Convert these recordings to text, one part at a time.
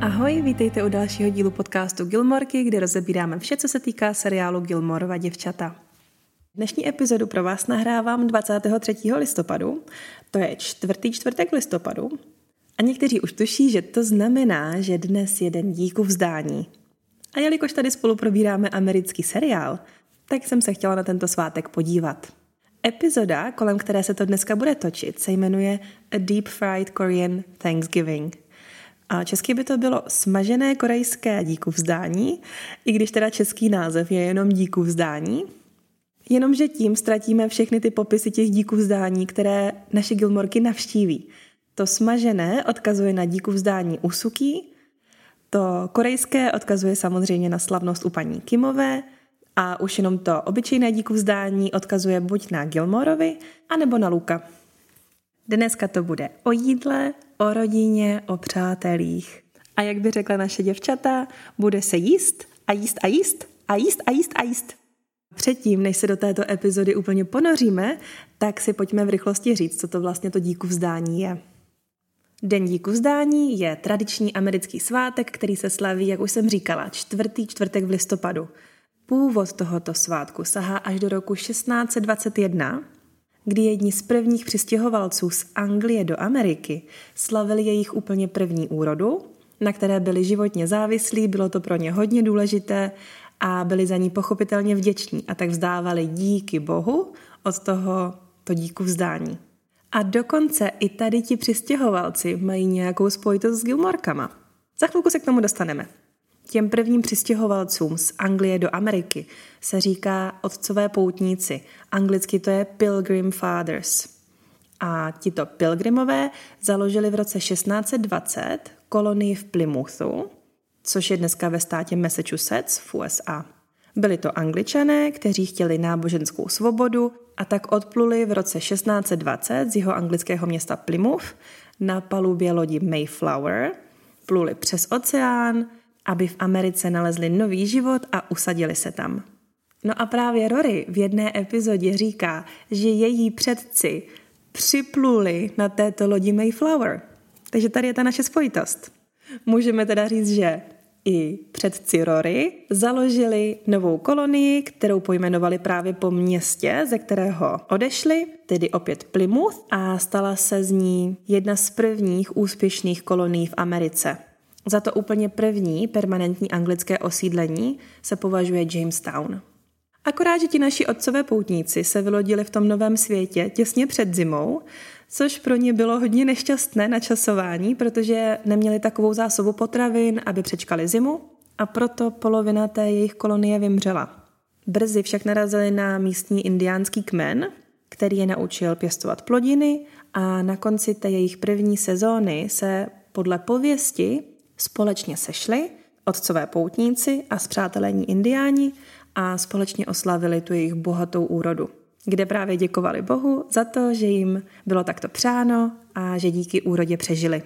Ahoj, vítejte u dalšího dílu podcastu Gilmorky, kde rozebíráme vše, co se týká seriálu Gilmorova děvčata. Dnešní epizodu pro vás nahrávám 23. listopadu, to je čtvrtý čtvrtek v listopadu. A někteří už tuší, že to znamená, že dnes je den díku vzdání. A jelikož tady spolu probíráme americký seriál, tak jsem se chtěla na tento svátek podívat. Epizoda, kolem které se to dneska bude točit, se jmenuje A Deep Fried Korean Thanksgiving. A česky by to bylo smažené korejské díku vzdání, i když teda český název je jenom díku vzdání. Jenomže tím ztratíme všechny ty popisy těch díků vzdání, které naše Gilmorky navštíví. To smažené odkazuje na díku vzdání u Suki, to korejské odkazuje samozřejmě na slavnost u paní Kimové a už jenom to obyčejné díku vzdání odkazuje buď na Gilmorovi, anebo na Luka. Dneska to bude o jídle, o rodině, o přátelích. A jak by řekla naše děvčata, bude se jíst a jíst a jíst a jíst a jíst a jíst. Předtím, než se do této epizody úplně ponoříme, tak si pojďme v rychlosti říct, co to vlastně to díku vzdání je. Den díku vzdání je tradiční americký svátek, který se slaví, jak už jsem říkala, čtvrtý čtvrtek v listopadu. Původ tohoto svátku sahá až do roku 1621, kdy jedni z prvních přistěhovalců z Anglie do Ameriky slavili jejich úplně první úrodu, na které byli životně závislí, bylo to pro ně hodně důležité a byli za ní pochopitelně vděční a tak vzdávali díky Bohu od tohoto díku vzdání. A dokonce i tady ti přistěhovalci mají nějakou spojitost s Gilmorkama. Za chvilku se k tomu dostaneme. Těm prvním přistěhovalcům z Anglie do Ameriky se říká otcové poutníci. Anglicky to je Pilgrim Fathers. A tito pilgrimové založili v roce 1620 kolonii v Plymouthu, což je dneska ve státě Massachusetts v USA. Byli to Angličané, kteří chtěli náboženskou svobodu a tak odpluli v roce 1620 z jihoanglického města Plymouth na palubě lodi Mayflower, pluli přes oceán, aby v Americe nalezli nový život a usadili se tam. No a právě Rory v jedné epizodě říká, že její předci připluli na této lodi Mayflower. Takže tady je ta naše spojitost. Můžeme teda říct, že i předci Rory založili novou kolonii, kterou pojmenovali právě po městě, ze kterého odešli, tedy opět Plymouth, a stala se z ní jedna z prvních úspěšných kolonií v Americe. Za to úplně první permanentní anglické osídlení se považuje Jamestown. Akorát, že ti naši otcové poutníci se vylodili v tom novém světě těsně před zimou, což pro ně bylo hodně nešťastné načasování, protože neměli takovou zásobu potravin, aby přečkali zimu, a proto polovina té jejich kolonie vymřela. Brzy však narazili na místní indiánský kmen, který je naučil pěstovat plodiny, a na konci té jejich první sezóny se podle pověsti společně sešli otcové poutníci a spřátelení indiáni a společně oslavili tu jejich bohatou úrodu, kde právě děkovali Bohu za to, že jim bylo takto přáno a že díky úrodě přežili.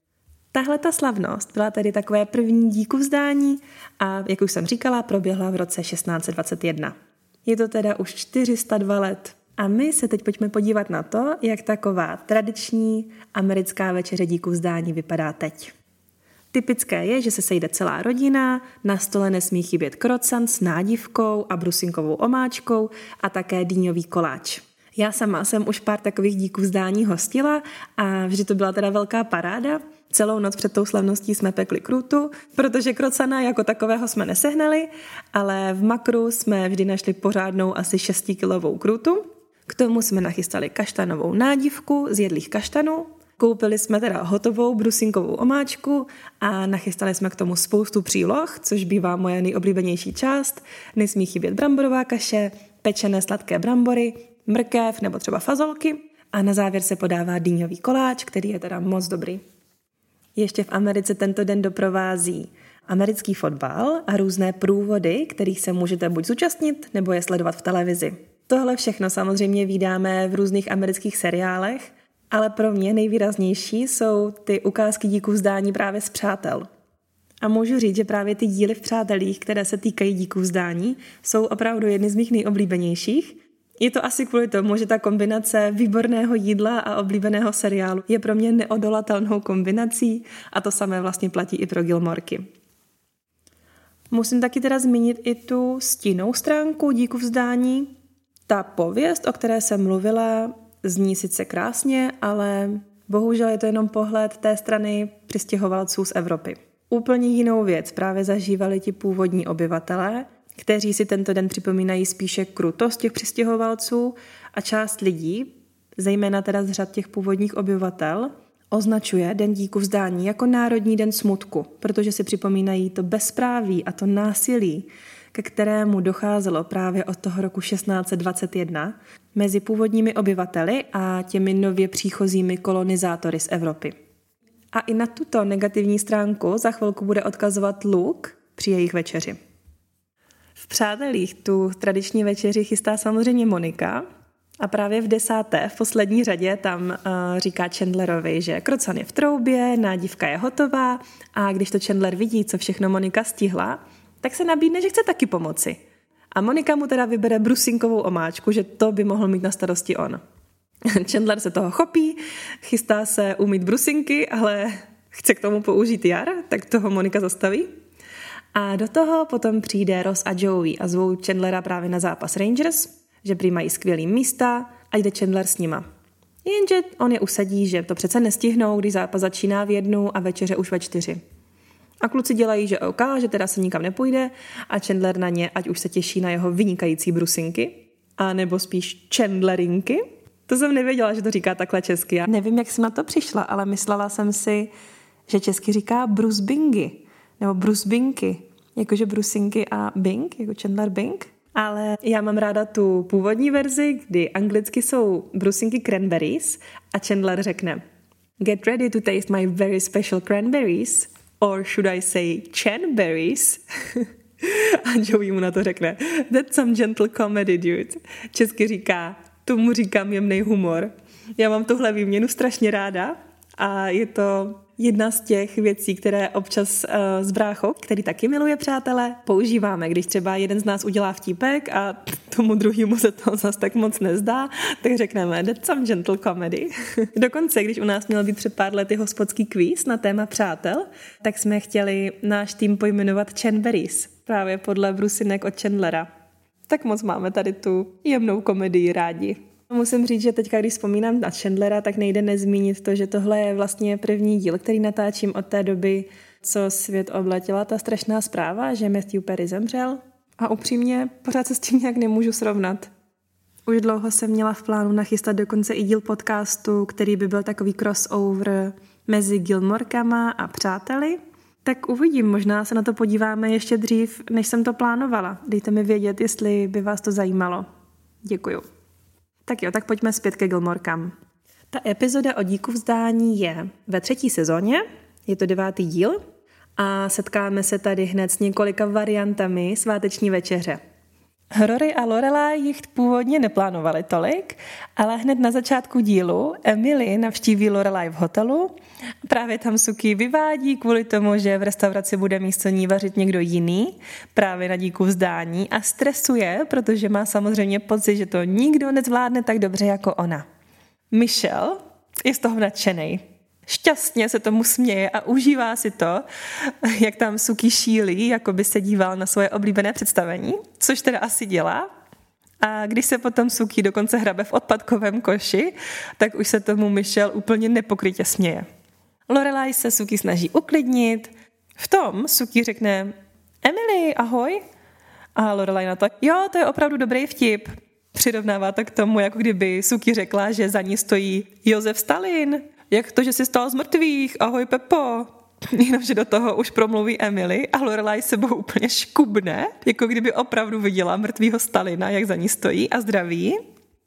Tahle ta slavnost byla tedy takové první díku vzdání a, jak už jsem říkala, proběhla v roce 1621. Je to teda už 402 let. A my se teď pojďme podívat na to, jak taková tradiční americká večeře díku vzdání vypadá teď. Typické je, že se sejde celá rodina, na stole nesmí chybět krocant s nádivkou a brusinkovou omáčkou a také dýňový koláč. Já sama jsem už pár takových díků vzdání hostila a vždy to byla teda velká paráda. Celou noc před tou slavností jsme pekli krůtu, protože krocana jako takového jsme nesehnali, ale v Makru jsme vždy našli pořádnou asi 6kilovou krůtu. K tomu jsme nachystali kaštanovou nádivku z jedlých kaštanů. Koupili jsme teda hotovou brusinkovou omáčku a nachystali jsme k tomu spoustu příloh, což bývá moje nejoblíbenější část. Nesmí chybět bramborová kaše, pečené sladké brambory, mrkev nebo třeba fazolky a na závěr se podává dýňový koláč, který je teda moc dobrý. Ještě v Americe tento den doprovází americký fotbal a různé průvody, kterých se můžete buď zúčastnit nebo je sledovat v televizi. Tohle všechno samozřejmě vídáme v různých amerických seriálech, ale pro mě nejvýraznější jsou ty ukázky díků vzdání právě z Přátel. A můžu říct, že právě ty díly v Přátelích, které se týkají díků vzdání, jsou opravdu jedny z mých nejoblíbenějších. Je to asi kvůli tomu, že ta kombinace výborného jídla a oblíbeného seriálu je pro mě neodolatelnou kombinací a to samé vlastně platí i pro Gilmorky. Musím taky teda zmínit i tu stinnou stránku Díku vzdání. Ta pověst, o které jsem mluvila, zní sice krásně, ale bohužel je to jenom pohled té strany přistěhovalců z Evropy. Úplně jinou věc právě zažívali ti původní obyvatelé, kteří si tento den připomínají spíše krutost těch přistěhovalců a část lidí, zejména teda z řad těch původních obyvatel, označuje Den díku vzdání jako národní den smutku, protože si připomínají to bezpráví a to násilí, ke kterému docházelo právě od toho roku 1621 mezi původními obyvateli a těmi nově příchozími kolonizátory z Evropy. A i na tuto negativní stránku za chvilku bude odkazovat Luke při jejich večeři. V Přátelích tu tradiční večeři chystá samozřejmě Monika a právě v 10. v poslední řadě tam říká Chandlerovi, že krocan je v troubě, nádívka je hotová a když to Chandler vidí, co všechno Monika stihla, tak se nabídne, že chce taky pomoci. A Monika mu teda vybere brusinkovou omáčku, že to by mohl mít na starosti on. Chandler se toho chopí, chystá se umýt brusinky, ale chce k tomu použít jar, tak toho Monika zastaví. A do toho potom přijde Ross a Joey a zvou Chandlera právě na zápas Rangers, že prý mají skvělý místa a jde Chandler s nima. Jenže on je usadí, že to přece nestihnou, když zápas začíná v 1 a večeře už ve 4. A kluci dělají, že OK, že teda se nikam nepůjde a Chandler na ně, ať už se těší na jeho vynikající brusinky, a nebo spíš Chandlerinky. To jsem nevěděla, že to říká takhle česky. Já nevím, jak jsem na to přišla, ale myslela jsem si, že česky říká brusbingy, nebo brusbinky, jakože brusinky a bing, jako Chandler Bing. Ale já mám ráda tu původní verzi, kdy anglicky jsou brusinky cranberries a Chandler řekne Get ready to taste my very special cranberries, or should I say chanberries? A Joey mu na to řekne That's some gentle comedy, dude. Česky říká, tomu říkám jemnej humor. Já mám tuhle výměnu strašně ráda a je to jedna z těch věcí, které občas s bráchou, který taky miluje Přátelé, používáme. Když třeba jeden z nás udělá vtípek a tomu druhému se to zas tak moc nezdá, tak řekneme That's some gentle comedy. Dokonce, když u nás měl být před pár lety hospodský kvíz na téma Přátel, tak jsme chtěli náš tým pojmenovat Chanberries, právě podle brusinek od Chandlera. Tak moc máme tady tu jemnou komedii rádi. Musím říct, že teďka, když vzpomínám na Chandlera, tak nejde nezmínit to, že tohle je vlastně první díl, který natáčím od té doby, co svět obletěla ta strašná zpráva, že Matthew Perry zemřel. A upřímně pořád se s tím nějak nemůžu srovnat. Už dlouho jsem měla v plánu nachystat dokonce i díl podcastu, který by byl takový crossover mezi Gilmorkama a Přáteli. Tak uvidím, možná se na to podíváme ještě dřív, než jsem to plánovala. Dejte mi vědět, jestli by vás to zajímalo. Děkuju. Tak jo, tak pojďme zpět ke Gilmorkám. Ta epizoda o díku vzdání je ve 3. sezóně, je to 9. díl a setkáme se tady hned s několika variantami sváteční večeře. Rory a Lorelai jich původně neplánovali tolik, ale hned na začátku dílu Emily navštíví Lorelai v hotelu. Právě tam Suki vyvádí kvůli tomu, že v restauraci bude místo ní vařit někdo jiný, právě na díku vzdání a stresuje, protože má samozřejmě pocit, že to nikdo nezvládne tak dobře jako ona. Michelle je z toho nadšenej. Šťastně se tomu směje a užívá si to, jak tam Suki šílí, jako by se díval na svoje oblíbené představení, což teda asi dělá. A když se potom Suki dokonce hrabe v odpadkovém koši, tak už se tomu Michelle úplně nepokrytě směje. Lorelai se Suki snaží uklidnit. V tom Suki řekne Emily, ahoj. A Lorelai na to, jo, to je opravdu dobrý vtip. Přirovnává to k tomu, jako kdyby Suki řekla, že za ní stojí Josef Stalin. Jak to, že jsi stal z mrtvých? Ahoj, Pepo. Jenomže do toho už promluví Emily a Lorelai sebou úplně škubne, jako kdyby opravdu viděla mrtvýho Stalina, jak za ní stojí a zdraví.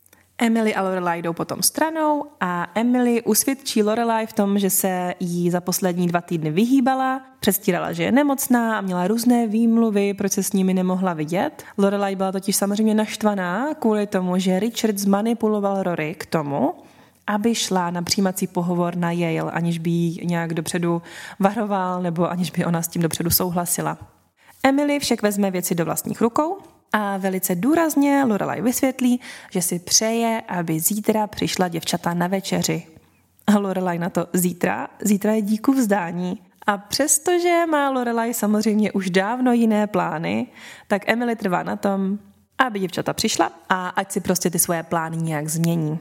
Emily a Lorelai jdou potom stranou a Emily usvědčí Lorelai v tom, že se jí za poslední 2 týdny vyhýbala, předstírala, že je nemocná a měla různé výmluvy, proč se s nimi nemohla vidět. Lorelai byla totiž samozřejmě naštvaná kvůli tomu, že Richard zmanipuloval Rory k tomu, aby šla na přijímací pohovor na Yale, aniž by jí nějak dopředu varoval nebo aniž by ona s tím dopředu souhlasila. Emily však vezme věci do vlastních rukou A velice důrazně Lorelai vysvětlí, že si přeje, aby zítra přišla děvčata na večeři. A Lorelai na to zítra je díku vzdání. A přestože má Lorelai samozřejmě už dávno jiné plány, tak Emily trvá na tom, aby děvčata přišla a ať si prostě ty svoje plány nějak změní.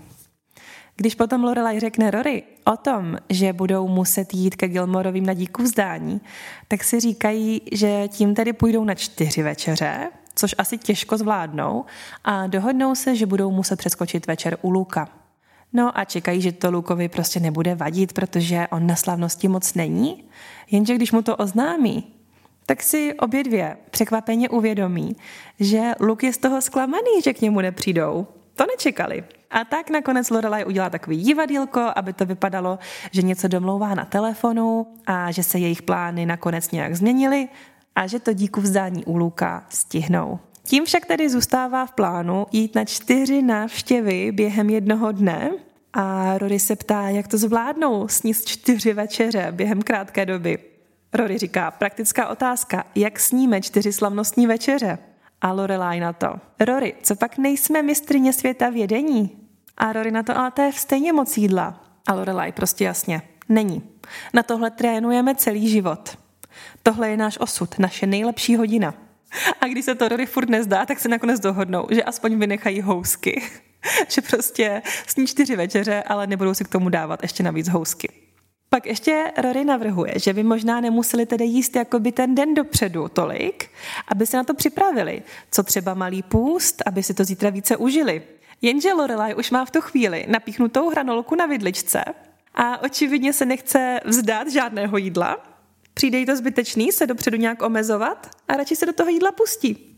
Když potom Lorelai řekne Rory o tom, že budou muset jít ke Gilmorovým na díku vzdání, tak si říkají, že tím tedy půjdou na 4 večeře, což asi těžko zvládnou, a dohodnou se, že budou muset přeskočit večer u Luka. No a čekají, že to Lukovi prostě nebude vadit, protože on na slavnosti moc není, jenže když mu to oznámí, tak si obě dvě překvapeně uvědomí, že Luke je z toho zklamaný, že k němu nepřijdou. To nečekali. A tak nakonec Lorelai udělá takový divadýlko, aby to vypadalo, že něco domlouvá na telefonu a že se jejich plány nakonec nějak změnily a že to díku vzdání u Luka stihnou. Tím však tedy zůstává v plánu jít na 4 návštěvy během jednoho dne a Rory se ptá, jak to zvládnou sníst 4 večeře během krátké doby. Rory říká, praktická otázka, jak sníme 4 slavnostní večeře? A Lorelai na to, Rory, co pak nejsme mistryně světa v jedení? A Rory na to, ale to je stejně moc jídla. A Lorelai prostě jasně, není. Na tohle trénujeme celý život. Tohle je náš osud, naše nejlepší hodina. A když se to Rory furt nezdá, tak se nakonec dohodnou, že aspoň vynechají housky. Že prostě sní 4 večeře, ale nebudou si k tomu dávat ještě navíc housky. Pak ještě Rory navrhuje, že by možná nemuseli tedy jíst jakoby ten den dopředu tolik, aby se na to připravili. Co třeba malý půst, aby si to zítra více užili. Jenže Lorelai už má v tu chvíli napíchnutou hranolku na vidličce a očividně se nechce vzdát žádného jídla. Přijde jí to zbytečný se dopředu nějak omezovat a radši se do toho jídla pustí.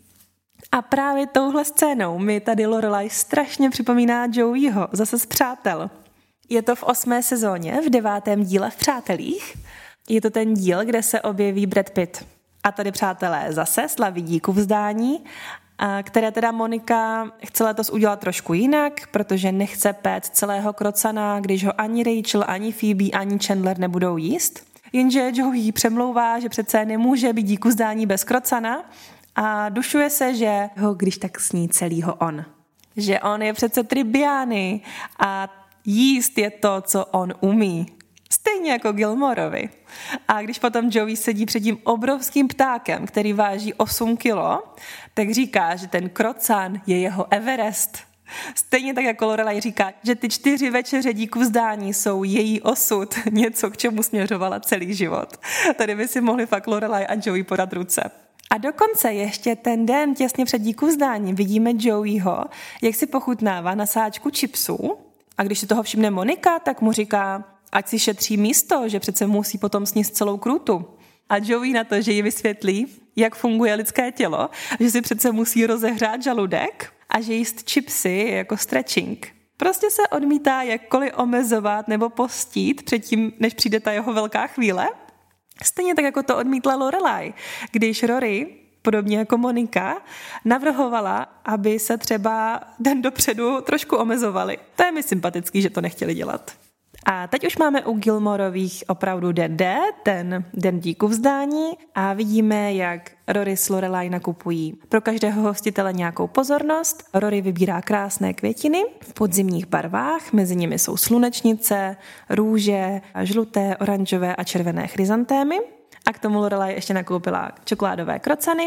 A právě touhle scénou mi tady Lorelai strašně připomíná Joeyho, zase z Přátel. Je to v 8. sezóně, v 9. díle v Přátelích. Je to ten díl, kde se objeví Brad Pitt. A tady přátelé zase slaví díku vzdání, které teda Monika chce letos udělat trošku jinak, protože nechce péct celého krocana, když ho ani Rachel, ani Phoebe, ani Chandler nebudou jíst. Jenže Joey přemlouvá, že přece nemůže být díku vzdání bez krocana a dušuje se, že ho když tak sní celýho on. Že on je přece Tribbiani a jíst je to, co on umí. Stejně jako Gilmorovi. A když potom Joey sedí před tím obrovským ptákem, který váží 8 kilo, tak říká, že ten krocan je jeho Everest. Stejně tak jako Lorelai říká, že ty 4 večeře díku vzdání jsou její osud, něco, k čemu směřovala celý život. Tady by si mohli fakt Lorelai a Joey podat ruce. A dokonce ještě ten den těsně před díku vzdání vidíme Joeyho, jak si pochutnává na sáčku chipsů. A když si toho všimne Monika, tak mu říká, ať si šetří místo, že přece musí potom sníst celou krůtu. A Joey na to, že jí vysvětlí, jak funguje lidské tělo, že si přece musí rozehřát žaludek a že jíst chipsy je jako stretching. Prostě se odmítá jakkoliv omezovat nebo postít předtím, než přijde ta jeho velká chvíle. Stejně tak, jako to odmítla Lorelai, když Rory, podobně jako Monika, navrhovala, aby se třeba den dopředu trošku omezovali. To je mi sympatický, že to nechtěli dělat. A teď už máme u Gilmorových opravdu den D, ten den díku vzdání a vidíme, jak Rory s Lorelai nakupují pro každého hostitele nějakou pozornost. Rory vybírá krásné květiny v podzimních barvách, mezi nimi jsou slunečnice, růže, žluté, oranžové a červené chryzantémy. A k tomu Lorelai ještě nakoupila čokoládové krocany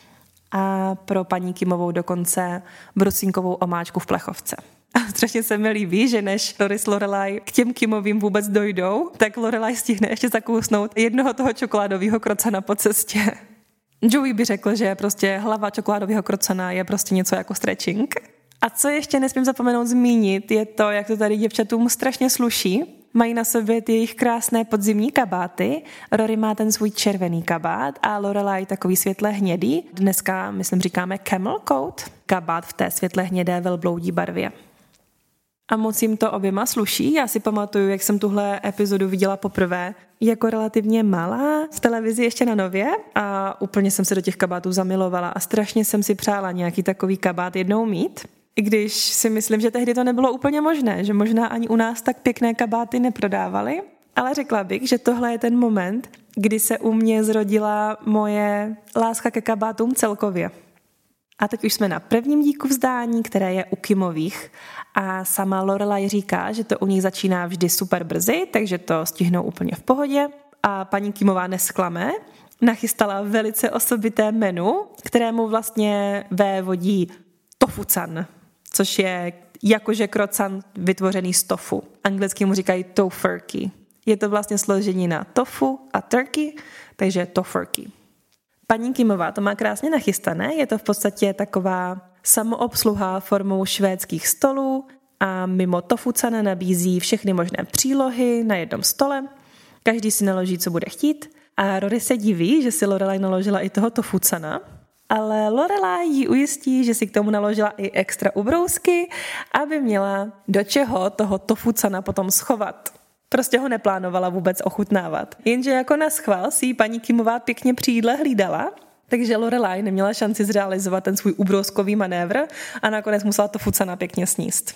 a pro paní Kimovou dokonce brusínkovou omáčku v plechovce. A strašně se mi líbí, že než Rory s Lorelai k těm Kimovým vůbec dojdou, tak Lorelai stihne ještě zakousnout jednoho toho čokoládového krocana po cestě. Joey by řekl, že prostě hlava čokoládového krocana je prostě něco jako stretching. A co ještě nesmím zapomenout zmínit, je to, jak to tady děvčatům strašně sluší. Mají na sobě ty jejich krásné podzimní kabáty. Rory má ten svůj červený kabát a Lorelai takový světle hnědý. Dneska, myslím, říkáme camel coat. Kabát v té světle hnědé velbloudí barvě. A moc jim to oběma sluší. Já si pamatuju, jak jsem tuhle epizodu viděla poprvé jako relativně malá v televizi ještě na Nově a úplně jsem se do těch kabátů zamilovala a strašně jsem si přála nějaký takový kabát jednou mít. I když si myslím, že tehdy to nebylo úplně možné, že možná ani u nás tak pěkné kabáty neprodávali, ale řekla bych, že tohle je ten moment, kdy se u mě zrodila moje láska ke kabátům celkově. A teď už jsme na prvním díku vzdání, které je u Kimových. A sama Lorelai říká, že to u nich začíná vždy super brzy, takže to stihnou úplně v pohodě. A paní Kimová nesklame, nachystala velice osobité menu, kterému vlastně vévodí tofucan, což je jakože krocan vytvořený z tofu. Anglicky mu říkají tofurkey. Je to vlastně složenina tofu a turkey, takže tofurkey. Paní Kimová to má krásně nachystané, je to v podstatě taková samoobsluha formou švédských stolů a mimo tofucana nabízí všechny možné přílohy na jednom stole. Každý si naloží, co bude chtít. A Rory se diví, že si Lorelai naložila i toho tofucana, ale Lorelai jí ujistí, že si k tomu naložila i extra ubrousky, aby měla do čeho toho tofucana potom schovat. Prostě ho neplánovala vůbec ochutnávat. Jenže jako na schvál si ji paní Kimová pěkně při jídle hlídala, takže Lorelai neměla šanci zrealizovat ten svůj ubrouskový manévr a nakonec musela tofucana pěkně sníst.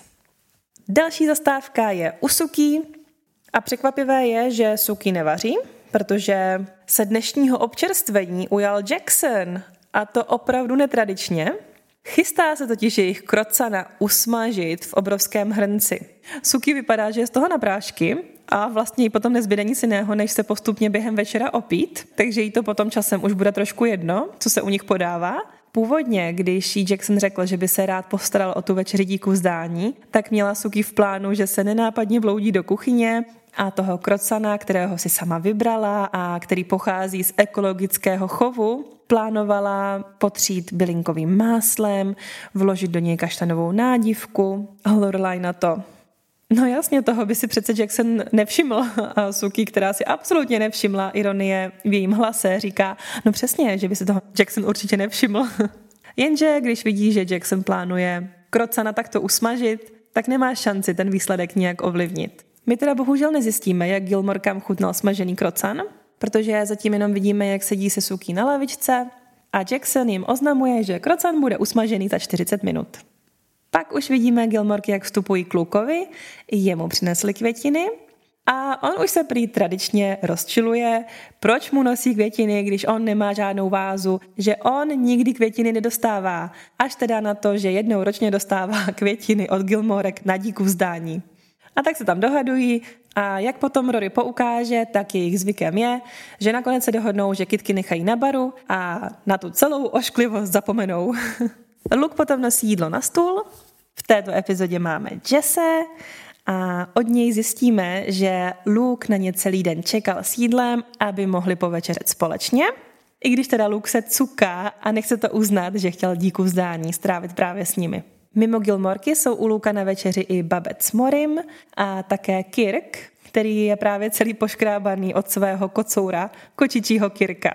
Další zastávka je u Suki a překvapivé je, že Suki nevaří, protože se dnešního občerstvení ujal Jackson a to opravdu netradičně. Chystá se totiž jejich krocana usmažit v obrovském hrnci. Suki vypadá, že je z toho na prášky a vlastně jí potom nezbyde nic jiného, než se postupně během večera opít, takže jí to potom časem už bude trošku jedno, co se u nich podává. Původně, když jí Jackson řekl, že by se rád postaral o tu večeři díku vzdání, tak měla Suki v plánu, že se nenápadně vloudí do kuchyně a toho krocana, kterého si sama vybrala a který pochází z ekologického chovu, plánovala potřít bylinkovým máslem, vložit do něj kaštanovou nádivku. A Lorelai na to: no jasně, toho by si přece Jackson nevšiml. A Suki, která si absolutně nevšimla ironie v jejím hlase, říká: no přesně, že by si toho Jackson určitě nevšiml. Jenže když vidí, že Jackson plánuje krocana takto usmažit, tak nemá šanci ten výsledek nějak ovlivnit. My teda bohužel nezjistíme, jak Gilmorkám chutnal smažený krocan, protože zatím jenom vidíme, jak sedí se Suki na lavičce a Jackson jim oznamuje, že krocan bude usmažený za 40 minut. Pak už vidíme Gilmorky, jak vstupují k Lukeovi, jemu přinesli květiny a on už se prý tradičně rozčiluje, proč mu nosí květiny, když on nemá žádnou vázu, že on nikdy květiny nedostává, až teda na to, že jednou ročně dostává květiny od Gilmorek na díku vzdání. A tak se tam dohadují a jak potom Rory poukáže, tak jejich zvykem je, že nakonec se dohodnou, že kytky nechají na baru a na tu celou ošklivost zapomenou. Luke potom nosí jídlo na stůl. V této epizodě máme Jesse a od něj zjistíme, že Luke na ně celý den čekal s jídlem, aby mohli povečeřet společně. I když teda Luke se cuká a nechce to uznat, že chtěl díku vzdání strávit právě s nimi. Mimo Gilmorky jsou u Lukea na večeři i Babette s Morim a také Kirk, který je právě celý poškrábaný od svého kocoura, kočičího Kirka.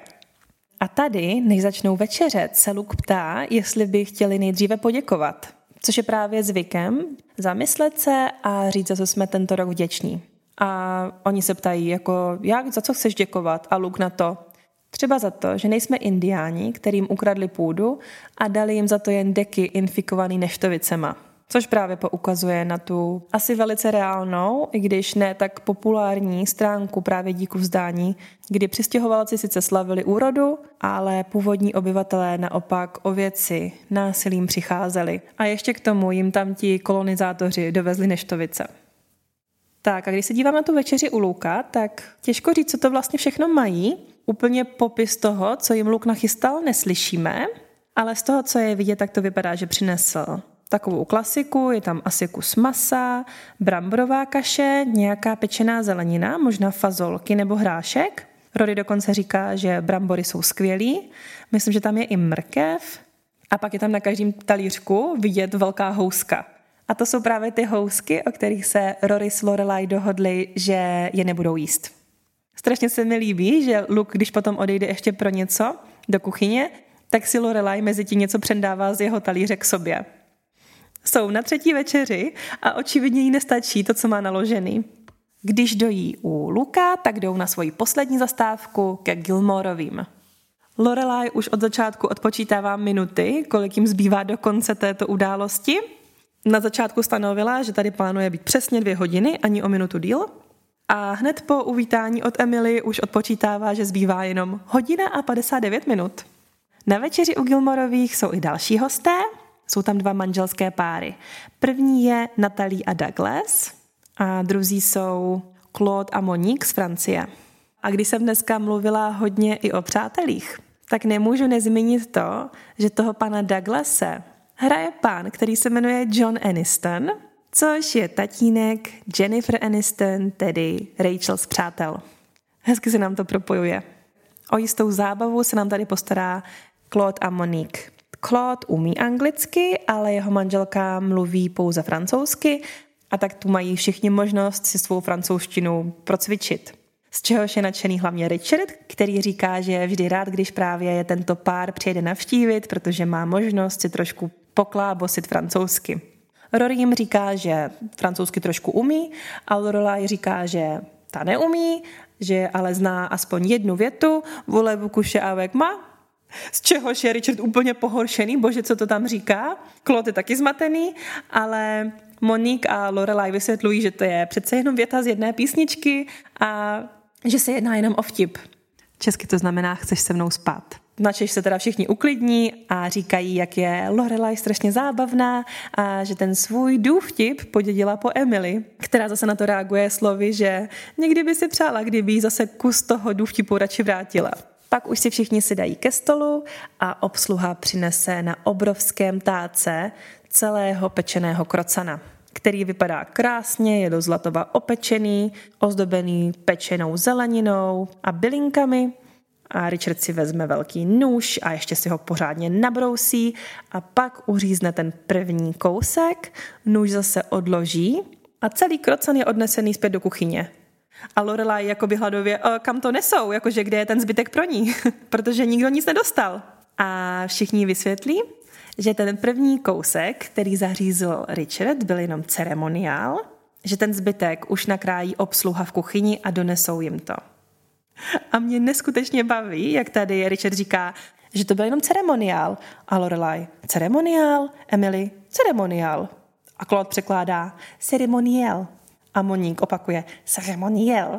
A tady, než začnou večeřet, se Luke ptá, jestli by chtěli nejdříve poděkovat, což je právě zvykem, zamyslet se a říct, za co jsme tento rok vděční. A oni se ptají, jako, jak, za co chceš děkovat? A Luke na to: třeba za to, že nejsme indiáni, kterým ukradli půdu a dali jim za to jen deky infikovaný neštovicema. Což právě poukazuje na tu asi velice reálnou, i když ne tak populární stránku právě díku vzdání, kdy přistěhovalci sice slavili úrodu, ale původní obyvatelé naopak o věci násilím přicházeli. A ještě k tomu jim tam ti kolonizátoři dovezli neštovice. Tak a když se dívám na tu večeři u Lukea, tak těžko říct, co to vlastně všechno mají. Úplně popis toho, co jim Luke nachystal, neslyšíme, ale z toho, co je vidět, tak to vypadá, že přinesl takovou klasiku, je tam asi kus masa, bramborová kaše, nějaká pečená zelenina, možná fazolky nebo hrášek. Rory dokonce říká, že brambory jsou skvělý, myslím, že tam je i mrkev a pak je tam na každém talířku vidět velká houska. A to jsou právě ty housky, o kterých se Rory s Lorelai dohodli, že je nebudou jíst. Strašně se mi líbí, že Luke, když potom odejde ještě pro něco do kuchyně, tak si Lorelai mezi tím něco přendává z jeho talíře k sobě. Jsou na třetí večeři a očividně jí nestačí to, co má naložený. Když dojí u Lukea, tak jdou na svoji poslední zastávku ke Gilmorovým. Lorelai už od začátku odpočítává minuty, kolik jim zbývá do konce této události. Na začátku stanovila, že tady plánuje být přesně 2 hodiny, ani o minutu díl. A hned po uvítání od Emily už odpočítává, že zbývá jenom 1 hodina a 59 minut. Na večeři u Gilmorových jsou i další hosté. Jsou tam 2 manželské páry. První je Natalie a Douglas a druzí jsou Claude a Monique z Francie. A když jsem dneska mluvila hodně i o přátelích, tak nemůžu nezmínit to, že toho pana Douglase hraje pán, který se jmenuje John Aniston, což je tatínek Jennifer Aniston, tedy Rachel z Přátel. Hezky se nám to propojuje. O jistou zábavu se nám tady postará Claude a Monique. Claude umí anglicky, ale jeho manželka mluví pouze francouzsky a tak tu mají všichni možnost si svou francouzštinu procvičit. Z čehož je nadšený hlavně Richard, který říká, že je vždy rád, když právě je tento pár přijede navštívit, protože má možnost si trošku poklábosit francouzsky. Rory jim říká, že francouzsky trošku umí a Lorelai říká, že ta neumí, že ale zná aspoň jednu větu, voulez-vous coucher avec moi? Z čehož je Richard úplně pohoršený, bože, co to tam říká. Claude je taky zmatený, ale Monique a Lorelai vysvětlují, že to je přece jenom věta z jedné písničky a že se jedná jenom o vtip. Česky to znamená, chceš se mnou spát. Načež se teda všichni uklidní a říkají, jak je Lorelai strašně zábavná a že ten svůj důvtip podědila po Emily, která zase na to reaguje slovy, že někdy by si přála, kdyby jí zase kus toho důvtipu radši vrátila. Pak už si všichni si dají ke stolu a obsluha přinese na obrovském táce celého pečeného krocana, který vypadá krásně, je do zlatova opečený, ozdobený pečenou zeleninou a bylinkami. A Richard si vezme velký nůž a ještě si ho pořádně nabrousí a pak uřízne ten první kousek, nůž zase odloží a celý krocan je odnesený zpět do kuchyně. A Lorelai jakoby hladově, kam to nesou, jakože kde je ten zbytek pro ní, protože nikdo nic nedostal. A všichni vysvětlí, že ten první kousek, který zařízl Richard, byl jenom ceremoniál, že ten zbytek už nakrájí obsluha v kuchyni a donesou jim to. A mě neskutečně baví, jak tady Richard říká, že to byl jenom ceremoniál. A Lorelai, ceremoniál? Emily, ceremoniál. A Claude překládá ceremoniál. A Monique opakuje ceremoniál.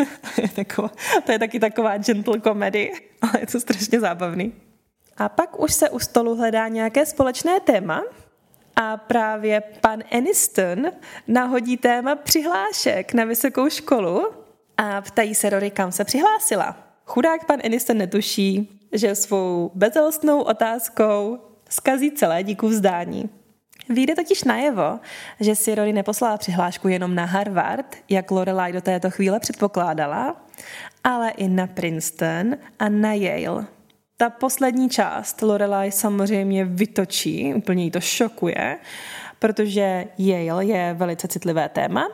To je taky taková gentle comedy, ale je to strašně zábavný. A pak už se u stolu hledá nějaké společné téma a právě pan Aniston nahodí téma přihlášek na vysokou školu a ptají se Rory, kam se přihlásila. Chudák pan Aniston netuší, že svou bezalostnou otázkou zkazí celé díku vzdání. Vyjde totiž najevo, že si Rory neposlala přihlášku jenom na Harvard, jak Lorelai do této chvíle předpokládala, ale i na Princeton a na Yale. Ta poslední část Lorelai samozřejmě vytočí, úplně jí to šokuje, protože Yale je velice citlivé téma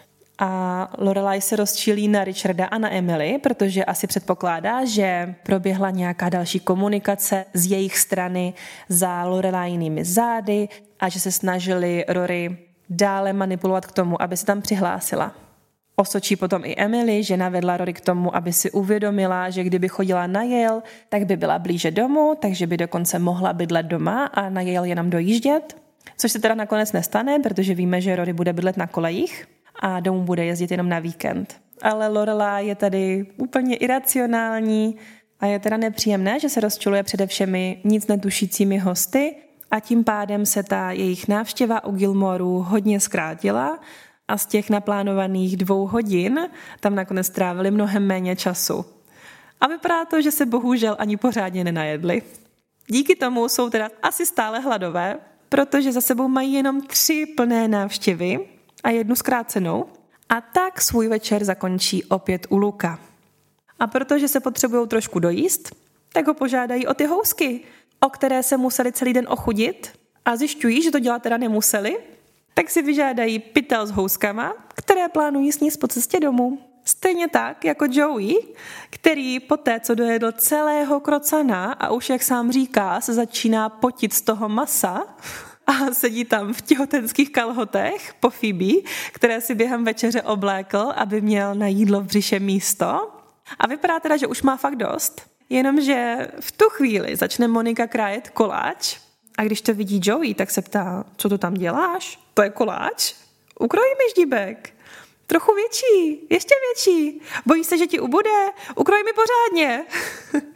a Lorelai se rozčílí na Richarda a na Emily, protože asi předpokládá, že proběhla nějaká další komunikace z jejich strany za Lorelainými zády a že se snažili Rory dále manipulovat k tomu, aby se tam přihlásila. Osočí potom i Emily, že navedla Rory k tomu, aby si uvědomila, že kdyby chodila na Yale, tak by byla blíže domů, takže by dokonce mohla bydlet doma a na Yale jenom dojíždět. Což se teda nakonec nestane, protože víme, že Rory bude bydlet na kolejích a domů bude jezdit jenom na víkend. Ale Lorelai je tady úplně iracionální a je teda nepříjemné, že se rozčuluje přede všemi nic netušícími hosty a tím pádem se ta jejich návštěva u Gilmorů hodně zkrátila a z těch naplánovaných 2 hodin tam nakonec strávili mnohem méně času. A vypadá to, že se bohužel ani pořádně nenajedli. Díky tomu jsou teda asi stále hladové, protože za sebou mají jenom 3 plné návštěvy a 1 zkrácenou a tak svůj večer zakončí opět u Luka. A protože se potřebují trošku dojíst, tak ho požádají o ty housky, o které se museli celý den ochudit a zjišťují, že to dělat teda nemuseli, tak si vyžádají pytel s houskama, které plánují sníst po cestě domů. Stejně tak jako Joey, který poté, co dojedl celého krocana a už, jak sám říká, se začíná potit z toho masa a sedí tam v těhotenských kalhotech po Phoebe, které si během večeře oblékl, aby měl na jídlo v břiše místo. A vypadá teda, že už má fakt dost, jenomže v tu chvíli začne Monika krájet koláč a když to vidí Joey, tak se ptá, co to tam děláš? To je koláč? Ukroj mi ždíbek. Trochu větší, ještě větší. Bojíš se, že ti ubude? Ukroj mi pořádně.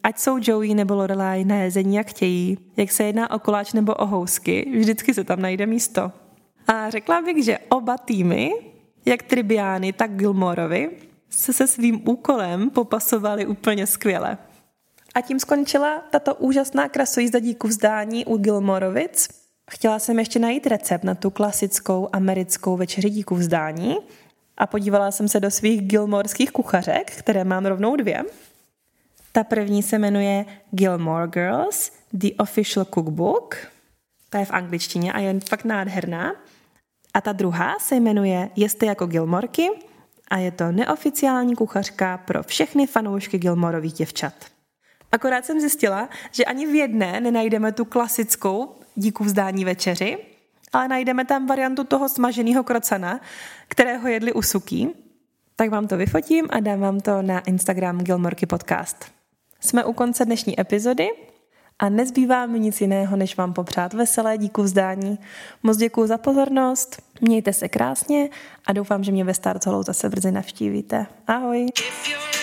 ať jsou Joey nebo Lorelai na jezení, jak chtějí, jak se jedná o koláč nebo o housky, vždycky se tam najde místo. A řekla bych, že oba týmy, jak Tribiani, tak Gilmorovi, se svým úkolem popasovali úplně skvěle. A tím skončila tato úžasná krasojízda díků vzdání u Gilmorovic. Chtěla jsem ještě najít recept na tu klasickou americkou večeři díků vzdání a podívala jsem se do svých gilmorských kuchařek, které mám rovnou 2. Ta první se jmenuje Gilmore Girls, The Official Cookbook. Ta je v angličtině a je fakt nádherná. A ta druhá se jmenuje Jeste jako Gilmorky a je to neoficiální kuchařka pro všechny fanoušky Gilmorových děvčat. Akorát jsem zjistila, že ani v jedné nenajdeme tu klasickou díku vzdání večeři, ale najdeme tam variantu toho smaženého krocana, kterého jedli u Suky. Tak vám to vyfotím a dám vám to na Instagram Gilmorky podcast. Jsme u konce dnešní epizody a nezbývá mi nic jiného, než vám popřát veselé díku vzdání. Moc děkuju za pozornost, mějte se krásně a doufám, že mě ve Star Hollow zase brzy navštívíte. Ahoj!